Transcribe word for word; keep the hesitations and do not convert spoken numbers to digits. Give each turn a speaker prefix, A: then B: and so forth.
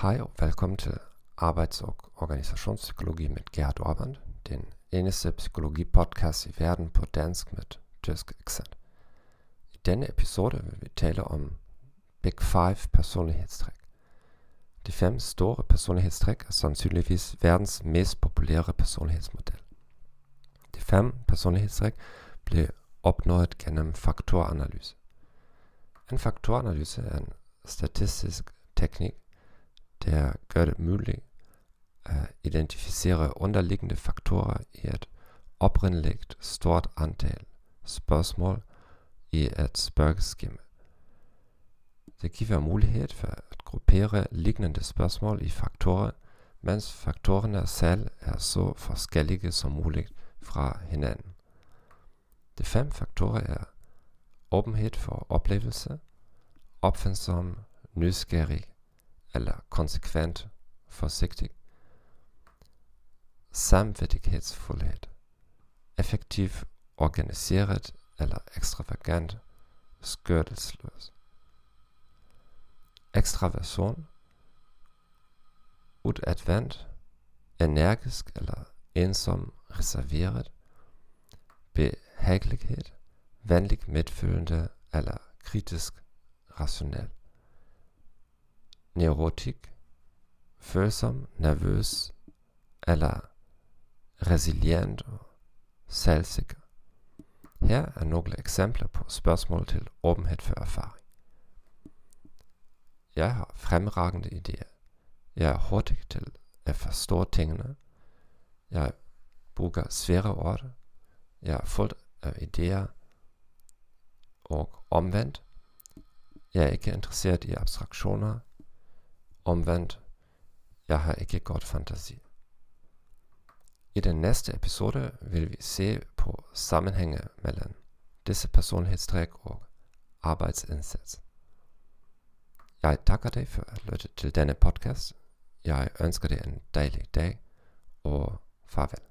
A: Hej og velkommen til Arbejds- og Organisationspsykologi med Gerhard Orband, den eneste psykologi-podcast i verden på dansk med tysk accent. I denne episode vil vi tale om Big Five personlighedstræk. De fem store personlighedstræk er sandsynligvis verdens mest populære personlighedsmodel. De fem personlighedstræk blev opnået gennem faktoranalyse. En faktoranalyse er en statistisk teknik, der gør det muligt at identificere underliggende faktorer i et oprindeligt stort antal spørgsmål i et spørgeskema. Det giver mulighed for at gruppere lignende spørgsmål i faktorer, mens faktorerne selv er så forskellige som muligt fra hinanden. De fem faktorer er åbenhed for oplevelse, opfindsom, nysgerrig eller konsekvent forsigtig, samvittighedsfuldhed, effektiv, organiseret eller ekstravagant, skørdelsløs, ekstraversion, udadvendt, energisk eller ensom, reserveret, behagelighed, venlig medfølende eller kritisk rationel, neurotik, følsom, nervøs eller resilient og selvsikker. Her er nogle eksempler på spørgsmål til åbenhed for erfaring. Jeg har fremragende idéer. Jeg er hurtig til at forstå tingene. Jeg bruger svære ord. Jeg er fuld af idéer. Og omvendt, jeg er ikke interesseret i abstraktioner. Omvendt, jeg har ikke godt fantasi. I den næste episode vil vi se på sammenhænge mellem disse personlighedstræk og arbejdsindsats. Jeg takker dig for at lytte til denne podcast. Jeg ønsker dig en dejlig dag og farvel.